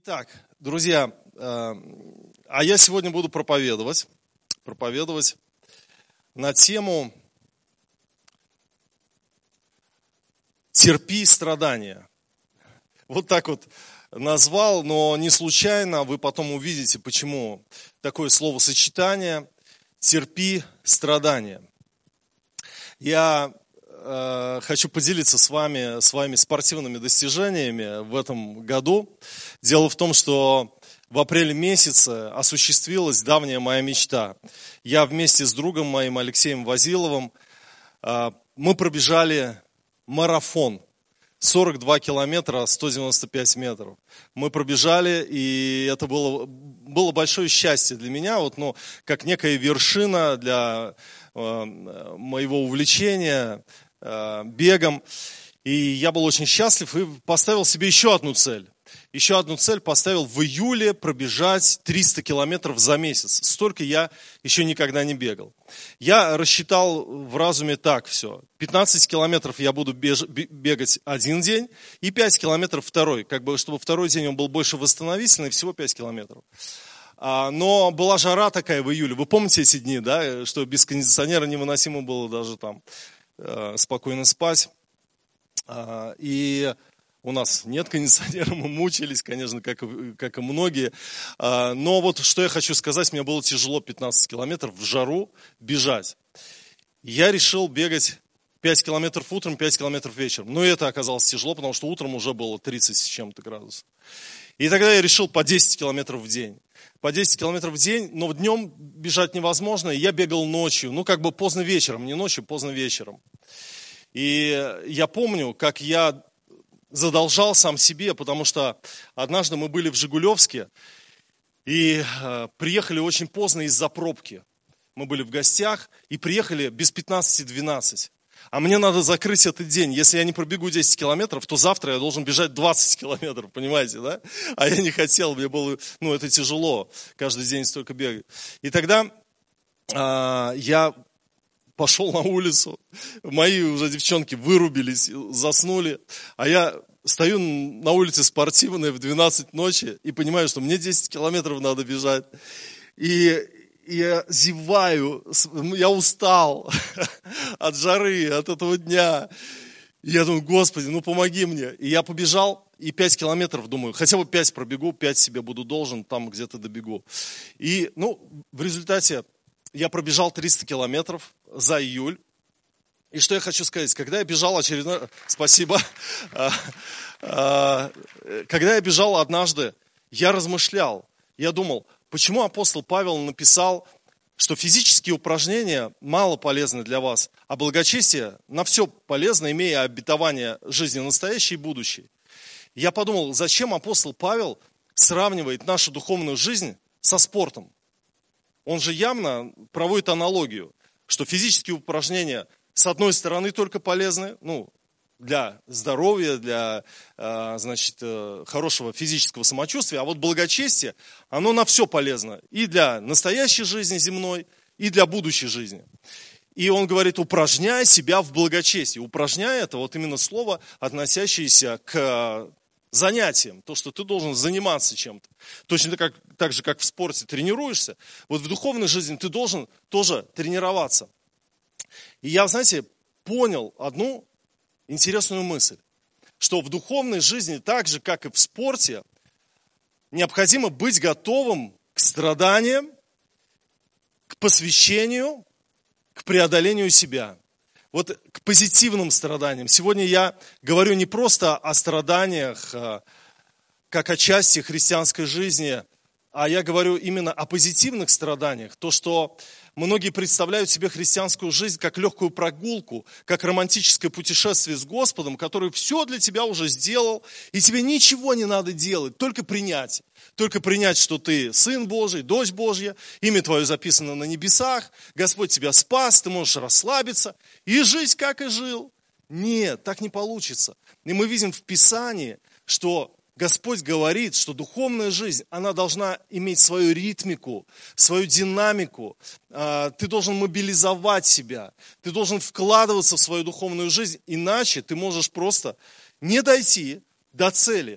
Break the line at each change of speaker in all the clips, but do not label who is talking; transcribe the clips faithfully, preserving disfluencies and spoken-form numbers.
Итак, друзья, а я сегодня буду проповедовать, проповедовать на тему «Терпи страдания». Вот так вот назвал, но не случайно, вы потом увидите, почему такое словосочетание «терпи страдания». Я э, хочу поделиться с вами своими спортивными достижениями в этом году. Дело в том, что в апреле месяце осуществилась давняя моя мечта. Я вместе с другом моим Алексеем Возиловым, э, мы пробежали марафон. сорок два километра, сто девяносто пять метров. Мы пробежали, и это было, было большое счастье для меня, вот, ну, как некая вершина для э, моего увлечения э, бегом. И я был очень счастлив и поставил себе еще одну цель. Еще одну цель поставил в июле пробежать триста километров за месяц. Столько я еще никогда не бегал. Я рассчитал в разуме так все. пятнадцать километров я буду беж, бегать один день и пять километров второй. Как бы, чтобы второй день он был больше восстановительный, всего пять километров. А, но была жара такая в июле. Вы помните эти дни, да? Что без кондиционера невыносимо было даже там э, спокойно спать. А, и... У нас нет кондиционера, мы мучились, конечно, как, как и многие. Но вот что я хочу сказать, мне было тяжело пятнадцать километров в жару бежать. Я решил бегать пять километров утром, пять километров вечером. Но это оказалось тяжело, потому что утром уже было тридцать с чем-то градусов. И тогда я решил по десять километров в день. По десять километров в день, но днем бежать невозможно. И я бегал ночью, ну как бы поздно вечером, не ночью, поздно вечером. И я помню, как я... задолжал сам себе, потому что однажды мы были в Жигулевске и э, приехали очень поздно из-за пробки. Мы были в гостях и приехали без пятнадцати двенадцать. А мне надо закрыть этот день. Если я не пробегу десять километров, то завтра я должен бежать двадцать километров, понимаете, да? А я не хотел, мне было, ну это тяжело, каждый день столько бегать. И тогда э, я... пошел на улицу, мои уже девчонки вырубились, заснули, а я стою на улице спортивной в двенадцать ночи и понимаю, что мне десять километров надо бежать. И, и я зеваю, я устал от жары, от этого дня. И я думаю, Господи, ну помоги мне. И я побежал, и пять километров, думаю, хотя бы пять пробегу, пять себе буду должен, там где-то добегу. И, ну, в результате я пробежал триста километров за июль. И что я хочу сказать, когда я бежал очередной... Спасибо. Когда я бежал однажды, я размышлял. Я думал, почему апостол Павел написал, что физические упражнения мало полезны для вас, а благочестие на все полезно, имея обетование жизни настоящей и будущей. Я подумал, зачем апостол Павел сравнивает нашу духовную жизнь со спортом? Он же явно проводит аналогию, что физические упражнения, с одной стороны, только полезны, ну, для здоровья, для, значит, хорошего физического самочувствия, а вот благочестие, оно на все полезно, и для настоящей жизни земной, и для будущей жизни. И он говорит, упражняй себя в благочестии. Упражняй, это вот именно слово, относящееся к занятием, то, что ты должен заниматься чем-то. Точно так, так же, как в спорте тренируешься, вот в духовной жизни ты должен тоже тренироваться. И я, знаете, понял одну интересную мысль, что в духовной жизни, так же, как и в спорте, необходимо быть готовым к страданиям, к посвящению, к преодолению себя. Вот к позитивным страданиям. Сегодня я говорю не просто о страданиях, как о части христианской жизни, а я говорю именно о позитивных страданиях. То, что многие представляют себе христианскую жизнь как легкую прогулку, как романтическое путешествие с Господом, который все для тебя уже сделал, и тебе ничего не надо делать, только принять. Только принять, что ты Сын Божий, дочь Божья, имя твое записано на небесах, Господь тебя спас, ты можешь расслабиться и жить, как и жил. Нет, так не получится. И мы видим в Писании, что Господь говорит, что духовная жизнь, она должна иметь свою ритмику, свою динамику. Ты должен мобилизовать себя, ты должен вкладываться в свою духовную жизнь, иначе ты можешь просто не дойти до цели.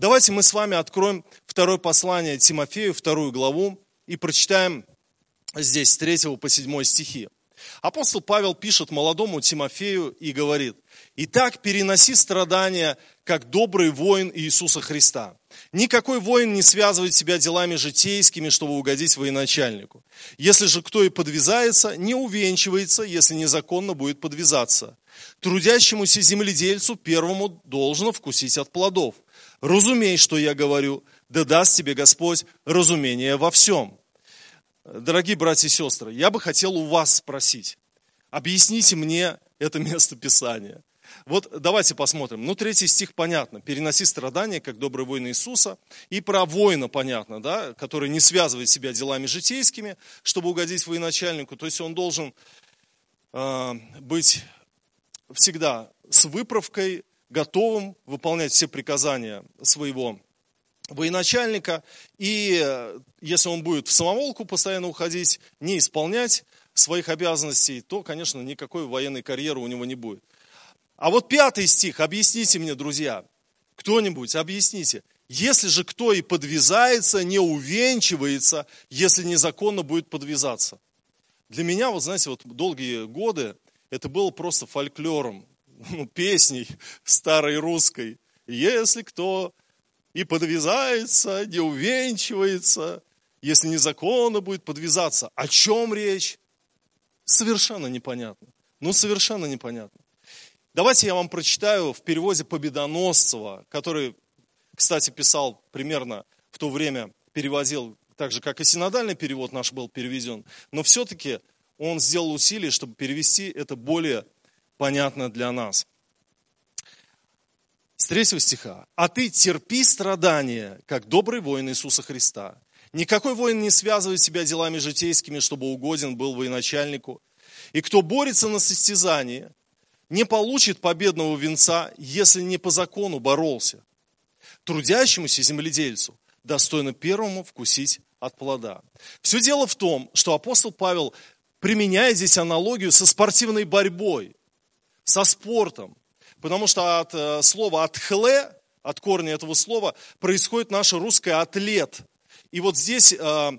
Давайте мы с вами откроем второе послание Тимофею, вторую главу, и прочитаем здесь с третьего по седьмой стихи. Апостол Павел пишет молодому Тимофею и говорит: «Итак, переноси страдания, как добрый воин Иисуса Христа. Никакой воин не связывает себя делами житейскими, чтобы угодить военачальнику. Если же кто и подвязается, не увенчивается, если незаконно будет подвязаться. Трудящемуся земледельцу первому должно вкусить от плодов. Разумей, что я говорю, да даст тебе Господь разумение во всем». Дорогие братья и сестры, я бы хотел у вас спросить, объясните мне это место Писания. Вот давайте посмотрим. Ну, третий стих понятно. «Переноси страдания, как добрый воин Иисуса». И про воина понятно, да, который не связывает себя делами житейскими, чтобы угодить военачальнику. То есть он должен э, быть всегда с выправкой, готовым выполнять все приказания своего военачальника. И если он будет в самоволку постоянно уходить, не исполнять своих обязанностей, то, конечно, никакой военной карьеры у него не будет. А вот пятый стих, объясните мне, друзья, кто-нибудь, объясните. «Если же кто и подвязается, не увенчивается, если незаконно будет подвязаться». Для меня, вот знаете, вот долгие годы это было просто фольклором, ну, песней старой русской. «Если кто и подвязается, не увенчивается, если незаконно будет подвязаться». О чем речь? Совершенно непонятно. Ну, совершенно непонятно. Давайте я вам прочитаю в переводе Победоносцева, который, кстати, писал примерно в то время, переводил так же, как и синодальный перевод наш был переведен, но все-таки он сделал усилие, чтобы перевести это более понятно для нас. С третьего стиха. «А ты терпи страдания, как добрый воин Иисуса Христа. Никакой воин не связывает себя делами житейскими, чтобы угоден был военачальнику. И кто борется на состязании, не получит победного венца, если не по закону боролся. Трудящемуся земледельцу достойно первому вкусить от плода». Все дело в том, что апостол Павел применяет здесь аналогию со спортивной борьбой, со спортом. Потому что от слова «атхле», от корня этого слова, происходит наше русское «атлет». И вот здесь,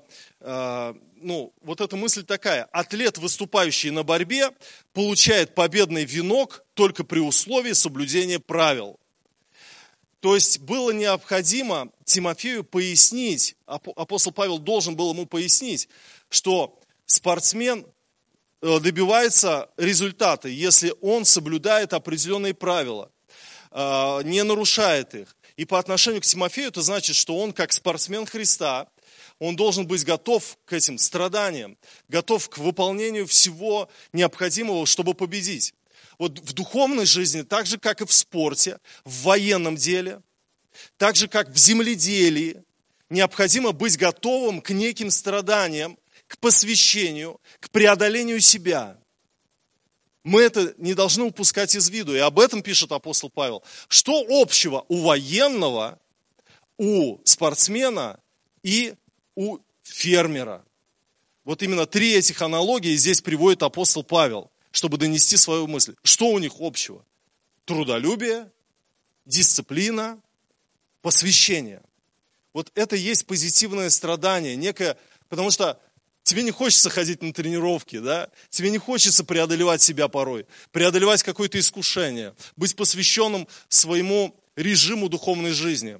ну, вот эта мысль такая: атлет, выступающий на борьбе, получает победный венок только при условии соблюдения правил. То есть было необходимо Тимофею пояснить, апостол Павел должен был ему пояснить, что спортсмен добивается результата, если он соблюдает определенные правила, не нарушает их. И по отношению к Тимофею это значит, что он, как спортсмен Христа, он должен быть готов к этим страданиям, готов к выполнению всего необходимого, чтобы победить. Вот в духовной жизни, так же, как и в спорте, в военном деле, так же, как в земледелии, необходимо быть готовым к неким страданиям, к посвящению, к преодолению себя. Мы это не должны упускать из виду. И об этом пишет апостол Павел. Что общего у военного, у спортсмена и у фермера? Вот именно три этих аналогии здесь приводит апостол Павел, чтобы донести свою мысль. Что у них общего? Трудолюбие, дисциплина, посвящение. Вот это и есть позитивное страдание, некое, потому что тебе не хочется ходить на тренировки, да? Тебе не хочется преодолевать себя порой, преодолевать какое-то искушение, быть посвященным своему режиму духовной жизни.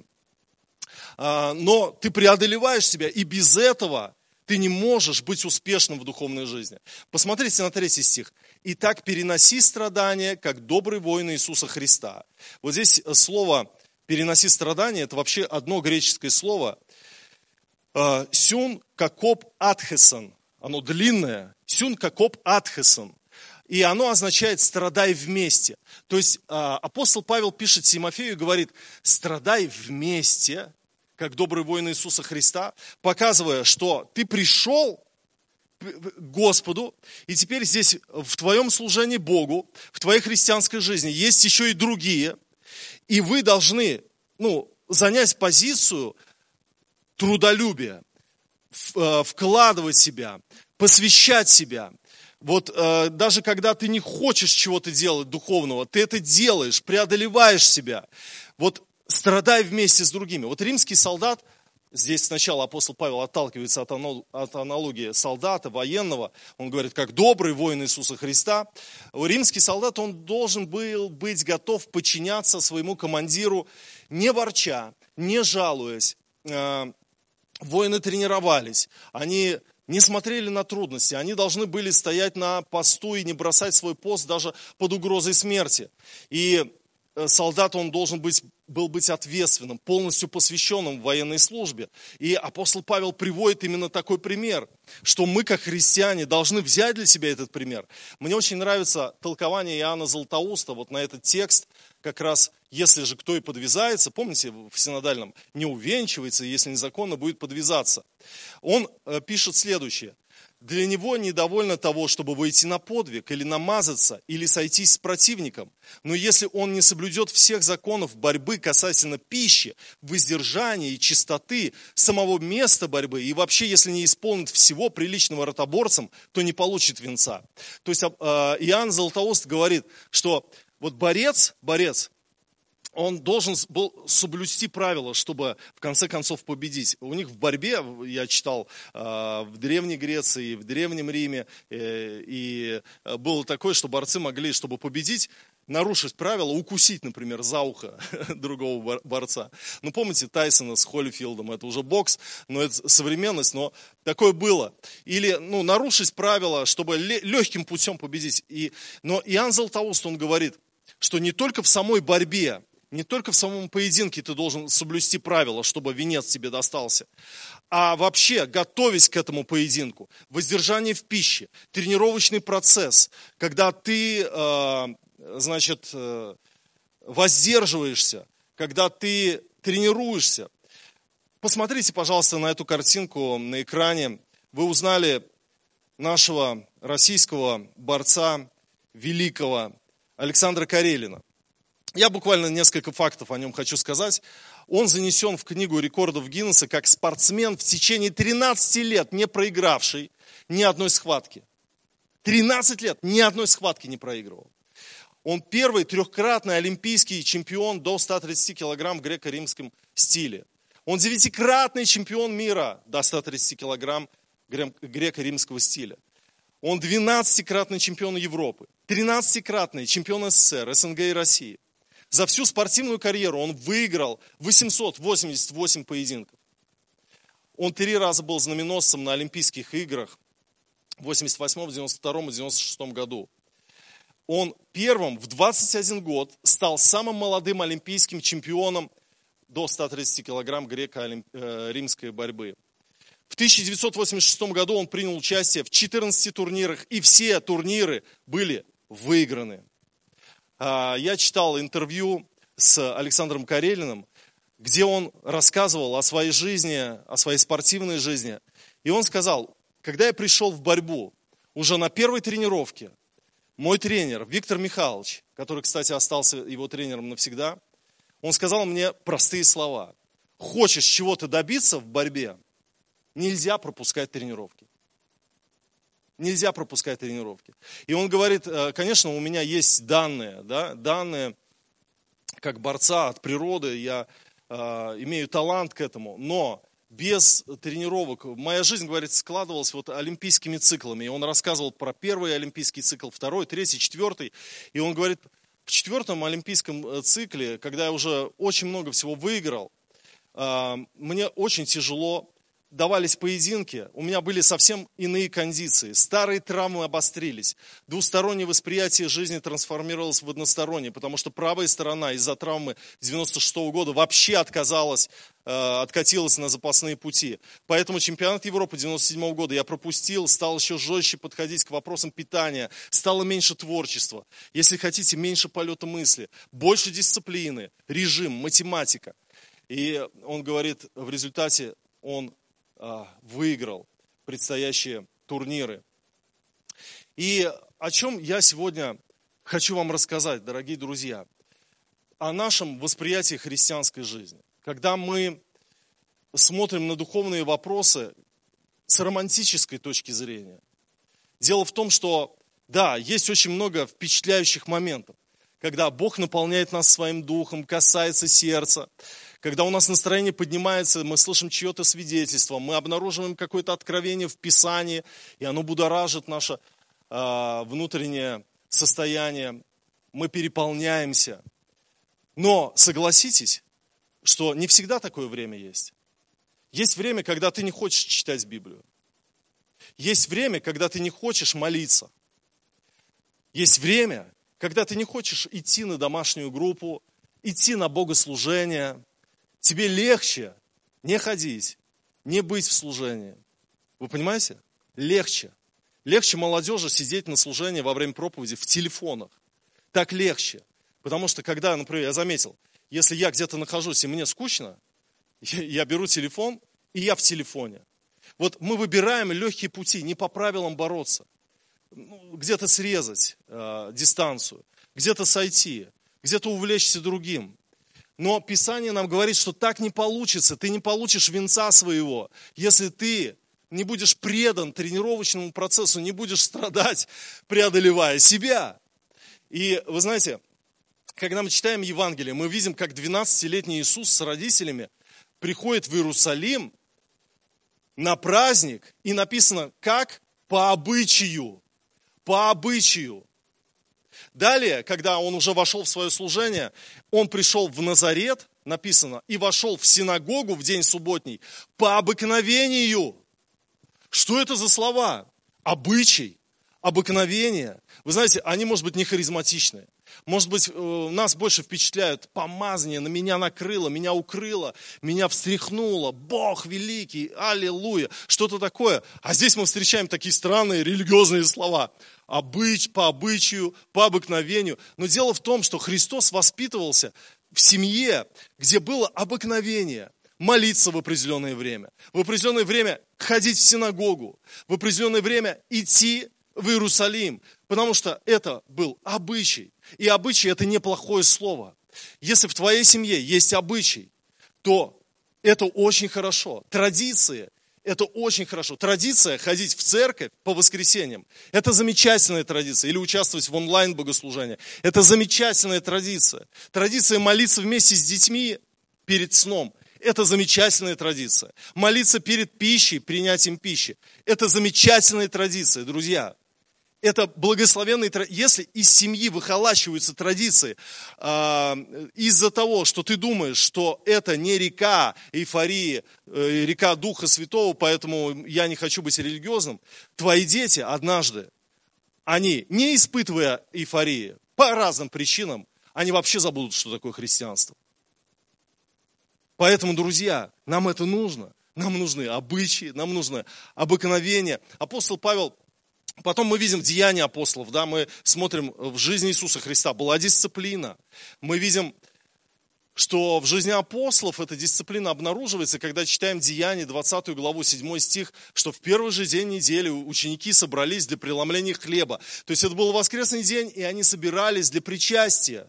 Но ты преодолеваешь себя, и без этого ты не можешь быть успешным в духовной жизни. Посмотрите на третий стих. «Итак, переноси страдания, как добрый воин Иисуса Христа». Вот здесь слово «переноси страдания» – это вообще одно греческое слово. «Сюн какоп атхесон». Оно длинное. «Сюн какоп атхесон». И оно означает «страдай вместе». То есть апостол Павел пишет Тимофею и говорит: «Страдай вместе, как добрый воин Иисуса Христа», показывая, что ты пришел к Господу, и теперь здесь в твоем служении Богу, в твоей христианской жизни есть еще и другие, и вы должны, ну, занять позицию трудолюбия, вкладывать себя, посвящать себя. Вот э, даже когда ты не хочешь чего-то делать духовного, ты это делаешь, преодолеваешь себя. Вот страдай вместе с другими. Вот римский солдат, здесь сначала апостол Павел отталкивается от аналогии солдата, военного. Он говорит, как добрый воин Иисуса Христа. Римский солдат, он должен был быть готов подчиняться своему командиру, не ворча, не жалуясь. Воины тренировались, они не смотрели на трудности, они должны были стоять на посту и не бросать свой пост даже под угрозой смерти. И солдат, он должен быть, был быть ответственным, полностью посвященным в военной службе. И апостол Павел приводит именно такой пример, что мы, как христиане, должны взять для себя этот пример. Мне очень нравится толкование Иоанна Златоуста вот на этот текст, как раз, если же кто и подвязается, помните, в синодальном, не увенчивается, если незаконно будет подвязаться. Он пишет следующее. Для него недовольно того, чтобы выйти на подвиг, или намазаться, или сойтись с противником. Но если он не соблюдет всех законов борьбы касательно пищи, воздержания и чистоты, самого места борьбы, и вообще, если не исполнит всего приличного ротоборцам, то не получит венца. То есть Иоанн Златоуст говорит, что вот борец, борец, он должен был соблюсти правила, чтобы в конце концов победить. У них в борьбе, я читал в Древней Греции, в Древнем Риме, и было такое, что борцы могли, чтобы победить, нарушить правила, укусить, например, за ухо другого борца. Ну, помните Тайсона с Холлифилдом, это уже бокс, но это современность, но такое было. Или, ну, нарушить правила, чтобы легким путем победить. И, но Иоанн Златоуст, он говорит, что не только в самой борьбе, не только в самом поединке ты должен соблюсти правила, чтобы венец тебе достался, а вообще, готовясь к этому поединку, воздержание в пище, тренировочный процесс, когда ты, э, значит, э, воздерживаешься, когда ты тренируешься. Посмотрите, пожалуйста, на эту картинку на экране. Вы узнали нашего российского борца, великого Александра Карелина. Я буквально несколько фактов о нем хочу сказать. Он занесен в книгу рекордов Гиннесса как спортсмен в течение тринадцати лет, не проигравший ни одной схватки. тринадцать лет ни одной схватки не проигрывал. Он первый трехкратный олимпийский чемпион до ста тридцати килограмм в греко-римском стиле. Он девятикратный чемпион мира до ста тридцати килограмм греко-римского стиля. Он двенадцатикратный чемпион Европы, тринадцатикратный чемпион СССР, СНГ и России. За всю спортивную карьеру он выиграл восемьсот восемьдесят восемь поединков. Он три раза был знаменосцем на Олимпийских играх в восемьдесят восьмом, девяносто втором и девяносто шестом году. Он первым в двадцать один год стал самым молодым олимпийским чемпионом до ста тридцати килограмм греко-римской борьбы. В тысяча девятьсот восемьдесят шестом году он принял участие в четырнадцати турнирах, и все турниры были выиграны. Я читал интервью с Александром Карелиным, где он рассказывал о своей жизни, о своей спортивной жизни. И он сказал, когда я пришел в борьбу, уже на первой тренировке, мой тренер Виктор Михайлович, который, кстати, остался его тренером навсегда, он сказал мне простые слова. Хочешь чего-то добиться в борьбе, нельзя пропускать тренировки. Нельзя пропускать тренировки. И он говорит, конечно, у меня есть данные, да, данные как борца от природы, я э, имею талант к этому, но без тренировок, моя жизнь, говорит, складывалась вот олимпийскими циклами. И он рассказывал про первый олимпийский цикл, второй, третий, четвертый. И он говорит, в четвертом олимпийском цикле, когда я уже очень много всего выиграл, э, мне очень тяжело давались поединки, у меня были совсем иные кондиции. Старые травмы обострились. Двустороннее восприятие жизни трансформировалось в одностороннее, потому что правая сторона из-за травмы девяносто шестого года вообще отказалась, э, откатилась на запасные пути. Поэтому чемпионат Европы девяносто седьмого года я пропустил, стал еще жестче подходить к вопросам питания, стало меньше творчества. Если хотите, меньше полета мысли, больше дисциплины, режим, математика. И он говорит, в результате он выиграл предстоящие турниры. И о чем я сегодня хочу вам рассказать, дорогие друзья, о нашем восприятии христианской жизни. Когда мы смотрим на духовные вопросы с романтической точки зрения. Дело в том, что, да, есть очень много впечатляющих моментов. когда Бог наполняет нас своим духом, касается сердца, когда у нас настроение поднимается, мы слышим чье-то свидетельство, мы обнаруживаем какое-то откровение в Писании, и оно будоражит наше э, внутреннее состояние, мы переполняемся. Но согласитесь, что не всегда такое время есть. Есть время, когда ты не хочешь читать Библию. Есть время, когда ты не хочешь молиться. Есть время, когда ты не хочешь идти на домашнюю группу, идти на богослужение. Тебе легче не ходить, не быть в служении. Вы понимаете? Легче. Легче молодежи сидеть на служении во время проповеди в телефонах. Так легче. Потому что когда, например, я заметил, если я где-то нахожусь и мне скучно, я, я беру телефон, и я в телефоне. Вот мы выбираем легкие пути, не по правилам бороться. Где-то срезать э, дистанцию, где-то сойти, где-то увлечься другим. Но Писание нам говорит, что так не получится. Ты не получишь венца своего, если ты не будешь предан тренировочному процессу, не будешь страдать, преодолевая себя. И вы знаете, когда мы читаем Евангелие, мы видим, как двенадцатилетний Иисус с родителями приходит в Иерусалим на праздник, и написано, как по обычаю. По обычаю. Далее, когда он уже вошел в свое служение, он пришел в Назарет, написано, и вошел в синагогу в день субботний по обыкновению. Что это за слова? Обычай, обыкновение. Вы знаете, они, может быть, не харизматичные. Может быть, нас больше впечатляют помазание, на меня накрыло, меня укрыло, меня встряхнуло, Бог великий, аллилуйя, что-то такое. А здесь мы встречаем такие странные религиозные слова. Обыч, по обычаю, по обыкновению. Но дело в том, что Христос воспитывался в семье, где было обыкновение. Молиться в определенное время, в определенное время ходить в синагогу, в определенное время идти в Иерусалим, потому что это был обычай. И обычай – это неплохое слово. Если в твоей семье есть обычай, то это очень хорошо. Традиции – это очень хорошо. Традиция ходить в церковь по воскресеньям – это замечательная традиция. Или участвовать в онлайн-богослужении – это замечательная традиция. Традиция молиться вместе с детьми перед сном – это замечательная традиция. Молиться перед пищей, принятием пищи – это замечательная традиция, друзья. Это благословенные традиции. Если из семьи выхолачиваются традиции э, из-за того, что ты думаешь, что это не река эйфории, э, река Духа Святого, поэтому я не хочу быть религиозным, твои дети однажды, они, не испытывая эйфории, по разным причинам, они вообще забудут, что такое христианство. Поэтому, друзья, нам это нужно. Нам нужны обычаи, нам нужно обыкновение. Апостол Павел, потом мы видим деяния апостолов, да, мы смотрим в жизни Иисуса Христа, была дисциплина. Мы видим, что в жизни апостолов эта дисциплина обнаруживается, когда читаем Деяния, двадцатую главу, седьмой стих, что в первый же день недели ученики собрались для преломления хлеба. То есть это был воскресный день, и они собирались для причастия.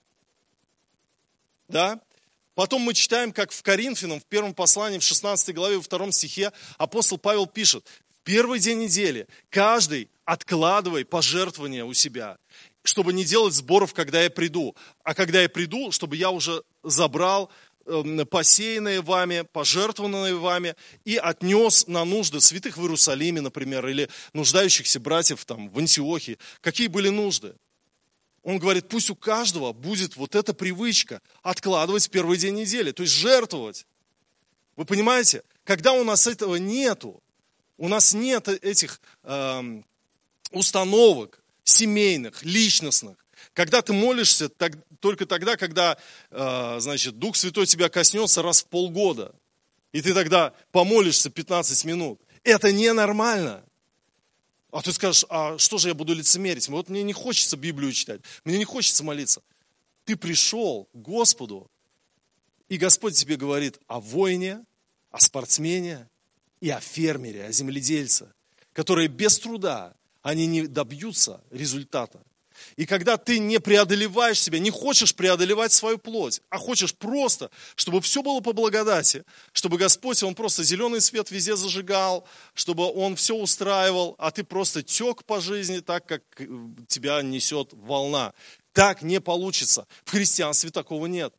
Да? Потом мы читаем, как в Коринфянам, в первом послании, в шестнадцатой главе, во втором стихе, апостол Павел пишет, в первый день недели каждый откладывай пожертвования у себя, чтобы не делать сборов, когда я приду. А когда я приду, чтобы я уже забрал э, посеянное вами, пожертвованное вами и отнес на нужды святых в Иерусалиме, например, или нуждающихся братьев там, в Антиохии. Какие были нужды? Он говорит, пусть у каждого будет вот эта привычка откладывать в первый день недели, то есть жертвовать. Вы понимаете, когда у нас этого нету, у нас нет этих э, установок семейных, личностных, когда ты молишься так, только тогда, когда э, значит, Дух Святой тебя коснется раз в полгода, и ты тогда помолишься пятнадцать минут. Это ненормально. А ты скажешь, а что же я буду лицемерить? Вот мне не хочется Библию читать, мне не хочется молиться. Ты пришел к Господу, и Господь тебе говорит о воине, о спортсмене и о фермере, о земледельце, которые без труда, они не добьются результата. И когда ты не преодолеваешь себя, не хочешь преодолевать свою плоть, а хочешь просто, чтобы все было по благодати, чтобы Господь, Он просто зеленый свет везде зажигал, чтобы Он все устраивал, а ты просто тек по жизни так, как тебя несет волна. Так не получится. В христианстве такого нет.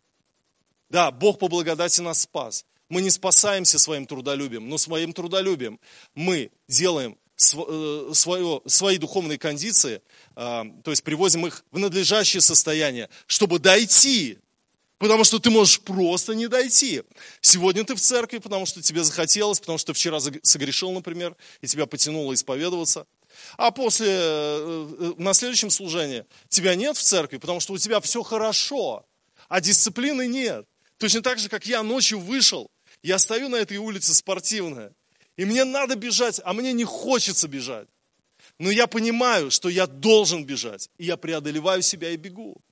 Да, Бог по благодати нас спас. Мы не спасаемся своим трудолюбием, но своим трудолюбием мы делаем свое, свои духовные кондиции, то есть привозим их в надлежащее состояние, чтобы дойти. Потому что ты можешь просто не дойти. Сегодня ты в церкви, потому что тебе захотелось, потому что вчера согрешил, например, и тебя потянуло исповедоваться. А после, на следующем служении тебя нет в церкви, потому что у тебя все хорошо, а дисциплины нет. Точно так же, как я ночью вышел, я стою на этой улице спортивная, и мне надо бежать, а мне не хочется бежать. Но я понимаю, что я должен бежать, и я преодолеваю себя и бегу.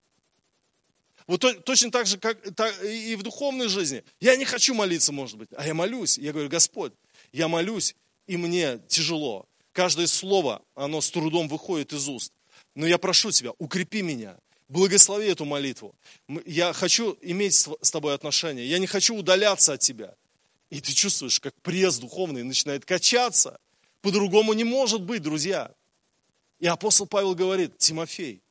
Вот точно так же, как и в духовной жизни. Я не хочу молиться, может быть, а я молюсь. Я говорю: Господь, я молюсь, и мне тяжело. Каждое слово, оно с трудом выходит из уст. Но я прошу Тебя, укрепи меня, благослови эту молитву. Я хочу иметь с Тобой отношения, я не хочу удаляться от Тебя. И ты чувствуешь, как пресс духовный начинает качаться. По-другому не может быть, друзья. И апостол Павел говорит: Тимофей,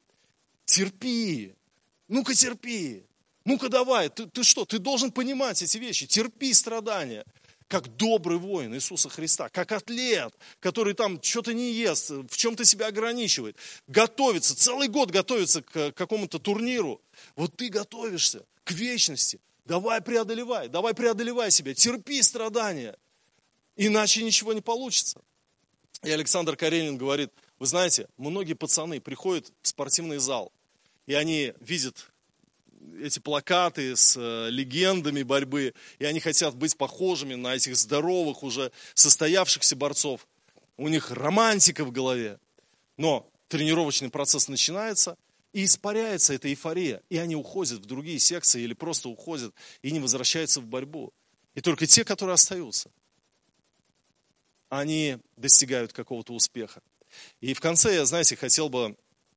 терпи. Ну-ка терпи, ну-ка давай, ты, ты что, ты должен понимать эти вещи, терпи страдания, как добрый воин Иисуса Христа, как атлет, который там что-то не ест, в чем-то себя ограничивает, готовится, целый год готовится к какому-то турниру, вот ты готовишься к вечности, давай преодолевай, давай преодолевай себя, терпи страдания, иначе ничего не получится. И Александр Карелин говорит: вы знаете, многие пацаны приходят в спортивный зал, и они видят эти плакаты с легендами борьбы, и они хотят быть похожими на этих здоровых, уже состоявшихся борцов. У них романтика в голове. Но тренировочный процесс начинается, и испаряется эта эйфория. И они уходят в другие секции или просто уходят и не возвращаются в борьбу. И только те, которые остаются, они достигают какого-то успеха. И в конце я, знаете, хотел бы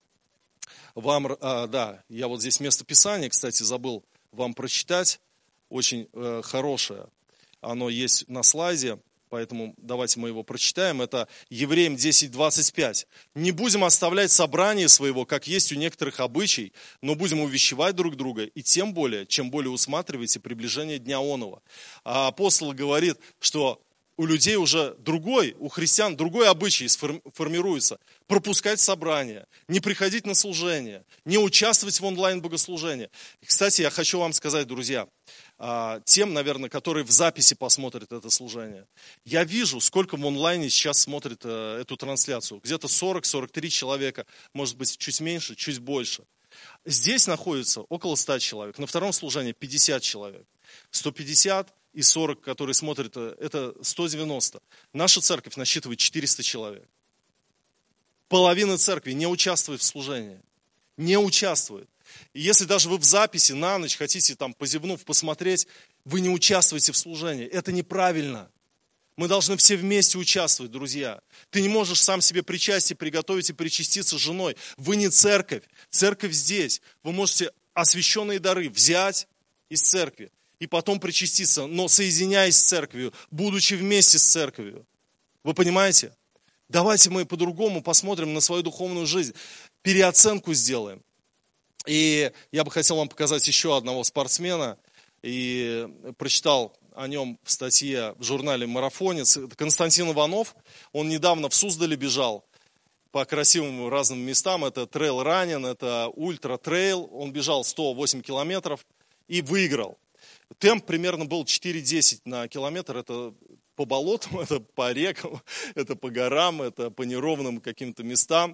вам, а, да, я вот здесь место Писания, кстати, забыл вам прочитать, очень э, хорошее, оно есть на слайде, поэтому давайте мы его прочитаем. Это Евреям десять двадцать пять. «Не будем оставлять собрание своего, как есть у некоторых обычай, но будем увещевать друг друга, и тем более, чем более усматриваете приближение дня оного». А апостол говорит, что у людей уже другой, у христиан другой обычай формируется. Пропускать собрания, не приходить на служение, не участвовать в онлайн-богослужении. И, кстати, я хочу вам сказать, друзья, тем, наверное, которые в записи посмотрят это служение. Я вижу, сколько в онлайне сейчас смотрит эту трансляцию. Где-то сорок - сорок три человека, может быть, чуть меньше, чуть больше. Здесь находится около ста человек, на втором служении пятьдесят человек. сто пятьдесят и сорок, которые смотрят, это сто девяносто. Наша церковь насчитывает четыреста человек. Половина церкви не участвует в служении. Не участвует. И если даже вы в записи на ночь хотите, там, позевнув, посмотреть, вы не участвуете в служении. Это неправильно. Мы должны все вместе участвовать, друзья. Ты не можешь сам себе причастие приготовить и причаститься с женой. Вы не церковь. Церковь здесь. Вы можете освященные дары взять из церкви и потом причаститься, но соединяясь с церковью, будучи вместе с церковью. Вы понимаете? Давайте мы по-другому посмотрим на свою духовную жизнь, переоценку сделаем. И я бы хотел вам показать еще одного спортсмена, и прочитал о нем в статье в журнале «Марафонец». Это Константин Иванов, он недавно в Суздале бежал по красивым разным местам, это трейл-раннинг, это ультра-трейл, он бежал сто восемь километров и выиграл. Темп примерно был четыре десять на километр, это по болотам, это по рекам, это по горам, это по неровным каким-то местам.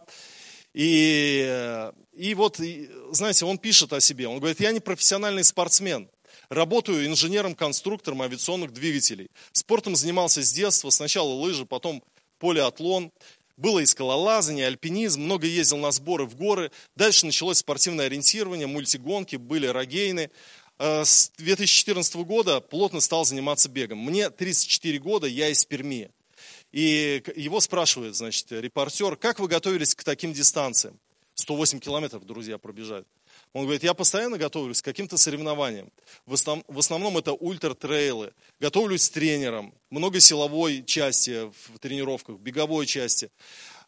И, и вот, знаете, он пишет о себе, он говорит: я не профессиональный спортсмен, работаю инженером-конструктором авиационных двигателей. Спортом занимался с детства, сначала лыжи, потом полиатлон. Было и скалолазание, альпинизм, много ездил на сборы в горы. Дальше началось спортивное ориентирование, мультигонки, были рогейны. С две тысячи четырнадцатого года плотно стал заниматься бегом. Мне тридцать четыре года, я из Перми. И его спрашивает, значит, репортер: как вы готовились к таким дистанциям? сто восемь километров, друзья, пробежать. Он говорит: я постоянно готовлюсь к каким-то соревнованиям. В основном, в основном это ультра-трейлы. Готовлюсь с тренером. Много силовой части в тренировках, беговой части.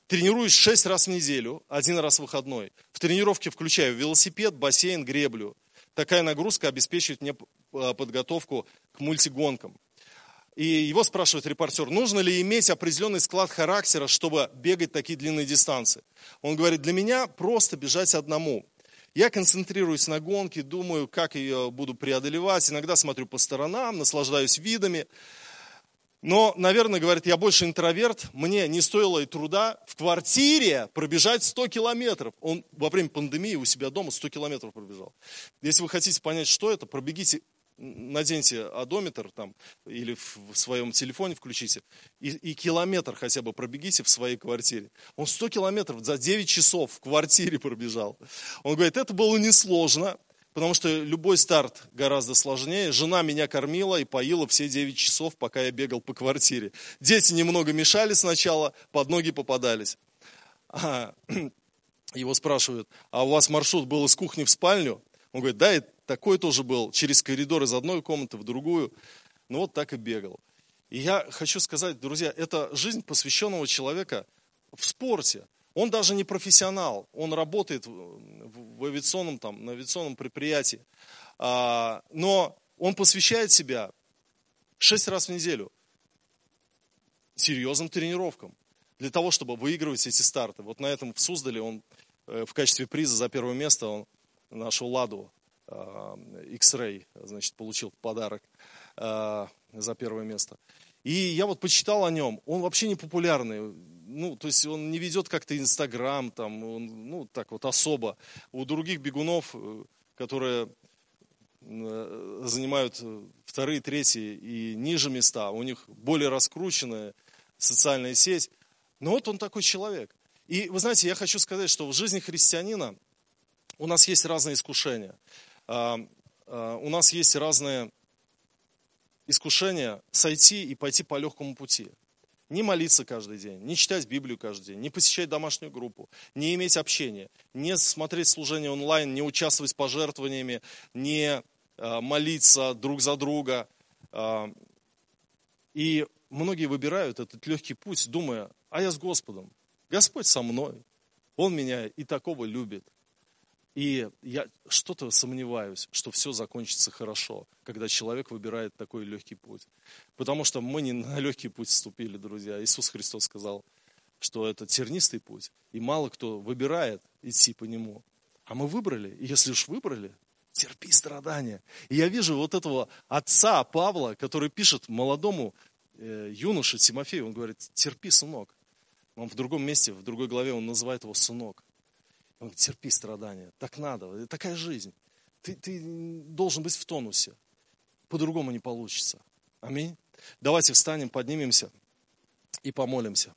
Тренируюсь шесть раз в неделю, один раз в выходной. В тренировке включаю велосипед, бассейн, греблю. Такая нагрузка обеспечивает мне подготовку к мультигонкам. И его спрашивает репортер, нужно ли иметь определенный склад характера, чтобы бегать такие длинные дистанции. Он говорит, для меня просто бежать одному. Я концентрируюсь на гонке, думаю, как ее буду преодолевать. Иногда смотрю по сторонам, наслаждаюсь видами. Но, наверное, говорит, я больше интроверт. Мне не стоило и труда в квартире пробежать сто километров. Он во время пандемии у себя дома сто километров пробежал. Если вы хотите понять, что это, пробегите, наденьте одометр там, или в своем телефоне включите, и, и километр хотя бы пробегите в своей квартире. Он сто километров за девять часов в квартире пробежал. Он говорит, это было несложно, потому что любой старт гораздо сложнее. Жена меня кормила и поила все девять часов, пока я бегал по квартире. Дети немного мешали сначала, под ноги попадались. А, его спрашивают, а у вас маршрут был из кухни в спальню? Он говорит, да, и такой тоже был, через коридор из одной комнаты в другую. Ну вот так и бегал. И я хочу сказать, друзья, это жизнь посвященного человека в спорте. Он даже не профессионал, он работает в авиационном, там, на авиационном предприятии. Но он посвящает себя шесть раз в неделю серьезным тренировкам для того, чтобы выигрывать эти старты. Вот на этом в Суздале он в качестве приза за первое место он нашу Ладу X-Ray, значит, получил в подарок за первое место. И я вот почитал о нем, он вообще не популярный, ну, то есть он не ведет как-то Инстаграм, там, он, ну, так вот особо. У других бегунов, которые занимают вторые, третьи и ниже места, у них более раскрученная социальная сеть, но вот он такой человек. И вы знаете, я хочу сказать, что в жизни христианина у нас есть разные искушения. У нас есть разные искушения сойти и пойти по легкому пути. Не молиться каждый день, не читать Библию каждый день, не посещать домашнюю группу, не иметь общения, не смотреть служение онлайн, не участвовать пожертвованиями, не молиться друг за друга. И многие выбирают этот легкий путь, думая, а я с Господом, Господь со мной, Он меня и такого любит. И я что-то сомневаюсь, что все закончится хорошо, когда человек выбирает такой легкий путь. Потому что мы не на легкий путь вступили, друзья. Иисус Христос сказал, что это тернистый путь, и мало кто выбирает идти по нему. А мы выбрали, и если уж выбрали, терпи страдания. И я вижу вот этого отца Павла, который пишет молодому э, юноше Тимофею, он говорит, терпи, сынок. Он в другом месте, в другой главе он называет его сынок. Он говорит, терпи страдания, так надо, такая жизнь. Ты, ты должен быть в тонусе, по-другому не получится. Аминь. Давайте встанем, поднимемся и помолимся.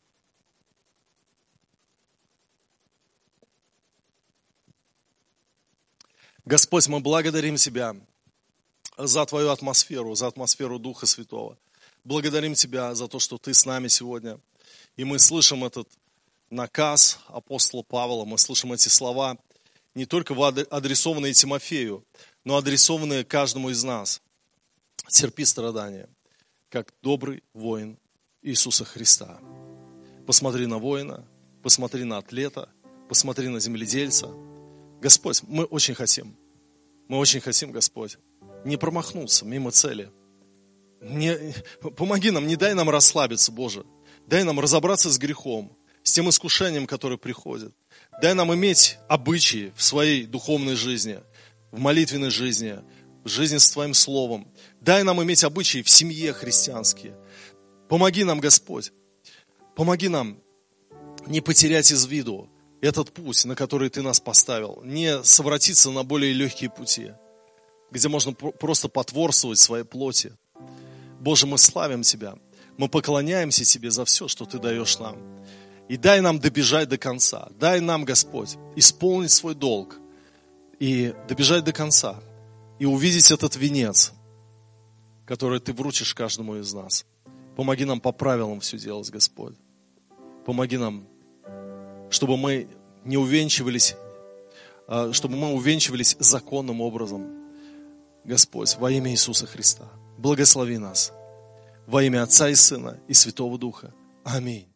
Господь, мы благодарим Тебя за Твою атмосферу, за атмосферу Духа Святого. Благодарим Тебя за то, что Ты с нами сегодня. И мы слышим этот наказ апостола Павла, мы слышим эти слова, не только адресованные Тимофею, но адресованные каждому из нас. Терпи страдания, как добрый воин Иисуса Христа. Посмотри на воина, посмотри на атлета, посмотри на земледельца. Господь, мы очень хотим, мы очень хотим, Господь, не промахнуться мимо цели. Не, помоги нам, не дай нам расслабиться, Боже. Дай нам разобраться с грехом, с тем искушением, которое приходит. Дай нам иметь обычаи в своей духовной жизни, в молитвенной жизни, в жизни с Твоим Словом. Дай нам иметь обычаи в семье христианские. Помоги нам, Господь, помоги нам не потерять из виду этот путь, на который Ты нас поставил, не совратиться на более легкие пути, где можно просто потворствовать своей плоти. Боже, мы славим Тебя, мы поклоняемся Тебе за все, что Ты даешь нам. И дай нам добежать до конца. Дай нам, Господь, исполнить свой долг и добежать до конца. И увидеть этот венец, который Ты вручишь каждому из нас. Помоги нам по правилам все делать, Господь. Помоги нам, чтобы мы не увенчивались, чтобы мы увенчивались законным образом. Господь, во имя Иисуса Христа, благослови нас. Во имя Отца и Сына и Святого Духа. Аминь.